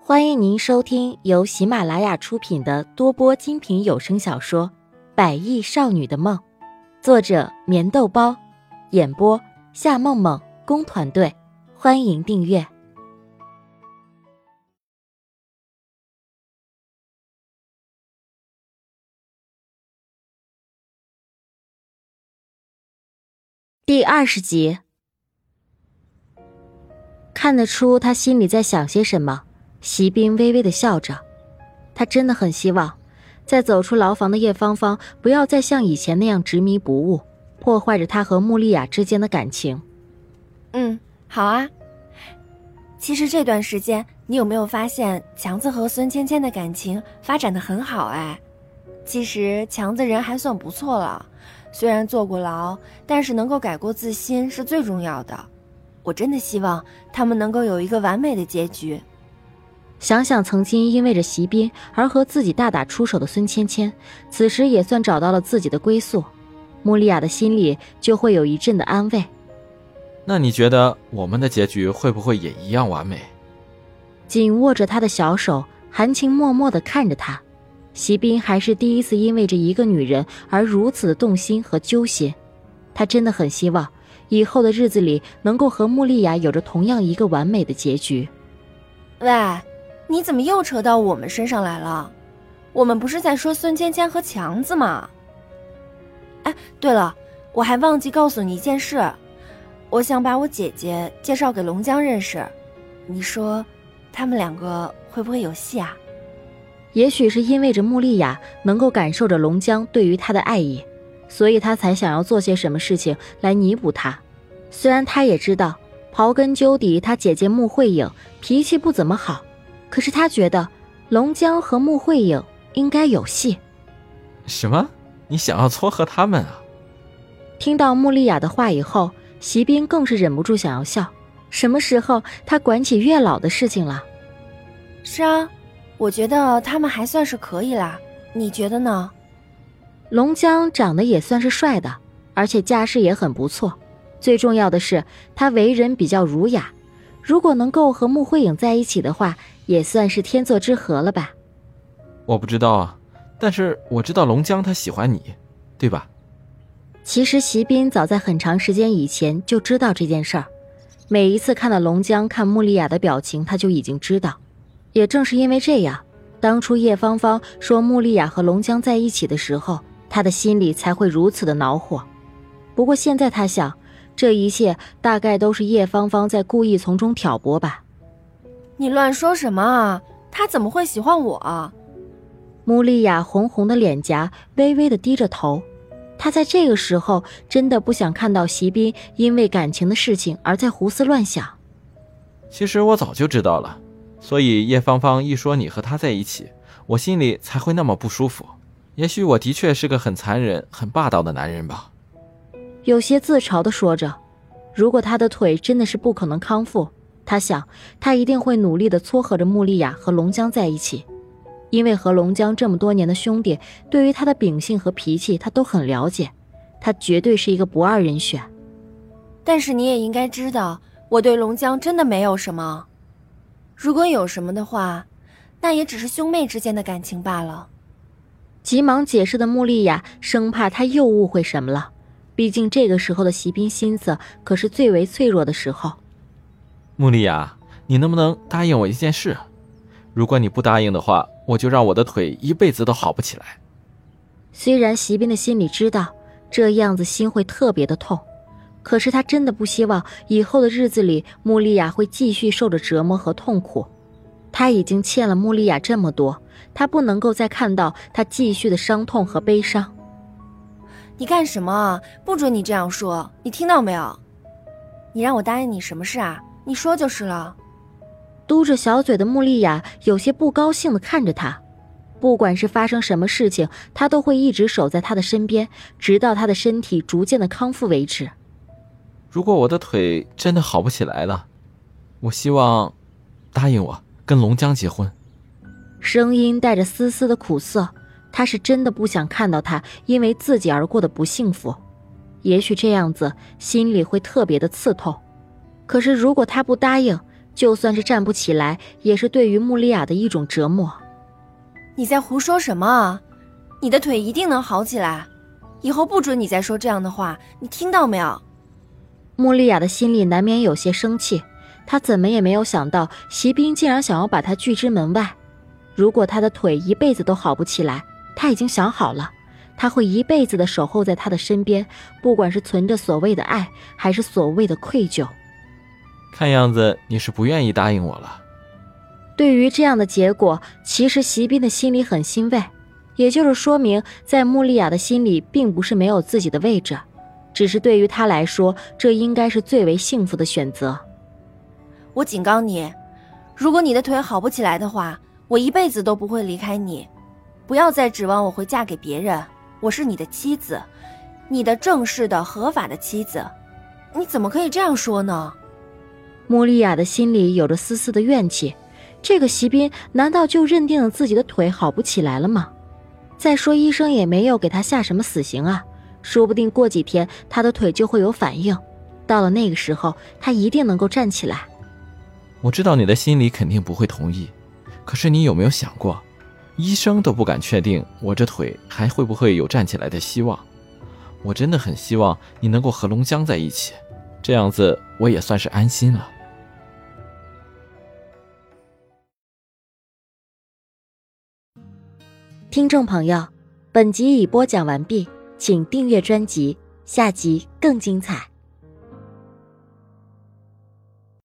欢迎您收听由喜马拉雅出品的多播精品有声小说《百亿少女的梦》，作者棉豆包，演播夏梦梦工团队。欢迎订阅。第20集。看得出他心里在想些什么，席斌微微地笑着。他真的很希望在走出牢房的叶芳芳不要再像以前那样执迷不悟，破坏着他和穆丽雅之间的感情。 好啊。其实这段时间你有没有发现强子和孙芊芊的感情发展得很好？其实强子人还算不错了，虽然坐过牢，但是能够改过自新是最重要的。我真的希望他们能够有一个完美的结局。 想想曾经因为着席斌而和自己大打出手的孙芊芊，此时也算找到了自己的归宿，穆丽雅的心里就会有一阵的安慰。 那你觉得我们的结局会不会也一样完美？ 紧握着他的小手，含情脉脉地看着他。席斌还是第一次因为着一个女人而如此的动心和揪心，他真的很希望以后的日子里能够和穆丽雅有着同样一个完美的结局。 喂，你怎么又扯到我们身上来了？我们不是在说孙芊芊和强子吗？对了，我还忘记告诉你一件事，我想把我姐姐介绍给龙江认识，你说他们两个会不会有戏啊？ 也许是因为着穆丽雅能够感受着龙江对于她的爱意，所以他才想要做些什么事情来弥补她。虽然他也知道刨根究底他姐姐穆慧颖脾气不怎么好，可是他觉得龙江和穆慧颖应该有戏。 什么？你想要撮合他们啊？ 听到穆丽雅的话以后，席斌更是忍不住想要笑。什么时候他管起月老的事情了？ 是啊，我觉得他们还算是可以啦，你觉得呢？ 龙江长得也算是帅的，而且家世也很不错，最重要的是他为人比较儒雅，如果能够和穆慧颖在一起的话，也算是天作之合了吧。 我不知道啊，但是我知道龙江他喜欢你，对吧？ 其实席斌早在很长时间以前就知道这件事儿，每一次看到龙江看穆丽雅的表情，他就已经知道。也正是因为这样，当初叶芳芳说穆丽雅和龙江在一起的时候，他的心里才会如此的恼火。不过现在他想，这一切大概都是叶芳芳在故意从中挑拨吧。 你乱说什么啊？他怎么会喜欢我啊？ 穆丽雅红红的脸颊微微的低着头，她在这个时候真的不想看到席斌因为感情的事情而在胡思乱想。 其实我早就知道了，所以叶芳芳一说你和他在一起，我心里才会那么不舒服。也许我的确是个很残忍很霸道的男人吧。 有些自嘲地说着，如果他的腿真的是不可能康复，他想他一定会努力地撮合着穆丽雅和龙江在一起，因为和龙江这么多年的兄弟，对于他的秉性和脾气他都很了解，他绝对是一个不二人选。 但是你也应该知道，我对龙江真的没有什么，如果有什么的话，那也只是兄妹之间的感情罢了。 急忙解释的穆丽雅生怕他又误会什么了，毕竟这个时候的席斌心思可是最为脆弱的时候。 穆丽雅，你能不能答应我一件事？如果你不答应的话，我就让我的腿一辈子都好不起来。 虽然席斌的心里知道这样子心会特别的痛，可是他真的不希望以后的日子里穆丽雅会继续受着折磨和痛苦。他已经欠了穆丽雅这么多，他不能够再看到他继续的伤痛和悲伤。 你干什么？不准你这样说，你听到没有？你让我答应你什么事啊？你说就是了。 嘟着小嘴的穆丽雅有些不高兴地看着他，不管是发生什么事情，他都会一直守在他的身边，直到他的身体逐渐的康复为止。 如果我的腿真的好不起来了，我希望答应我跟龙江结婚。 声音带着丝丝的苦涩，他是真的不想看到他因为自己而过得不幸福。也许这样子心里会特别的刺痛，可是如果他不答应， 就算是站不起来，也是对于穆丽亚的一种折磨。 你在胡说什么啊？你的腿一定能好起来，以后不准你再说这样的话，你听到没有？ 穆丽亚的心里难免有些生气，她怎么也没有想到席斌竟然想要把她拒之门外。如果她的腿一辈子都好不起来，她已经想好了，她会一辈子的守候在他的身边，不管是存着所谓的爱，还是所谓的愧疚。 看样子你是不愿意答应我了。 对于这样的结果，其实席斌的心里很欣慰，也就是说明在穆丽亚的心里并不是没有自己的位置，只是对于他来说，这应该是最为幸福的选择。 我警告你，如果你的腿好不起来的话，我一辈子都不会离开你。不要再指望我会嫁给别人，我是你的妻子，你的正式的合法的妻子，你怎么可以这样说呢？ 穆丽亚的心里有着丝丝的怨气，这个席斌难道就认定了自己的腿好不起来了吗？再说医生也没有给他下什么死刑啊，说不定过几天他的腿就会有反应，到了那个时候他一定能够站起来。 我知道你的心里肯定不会同意，可是你有没有想过，医生都不敢确定我这腿还会不会有站起来的希望。我真的很希望你能够和龙江在一起，这样子我也算是安心了。 听众朋友，本集已播讲完毕，请订阅专辑，下集更精彩。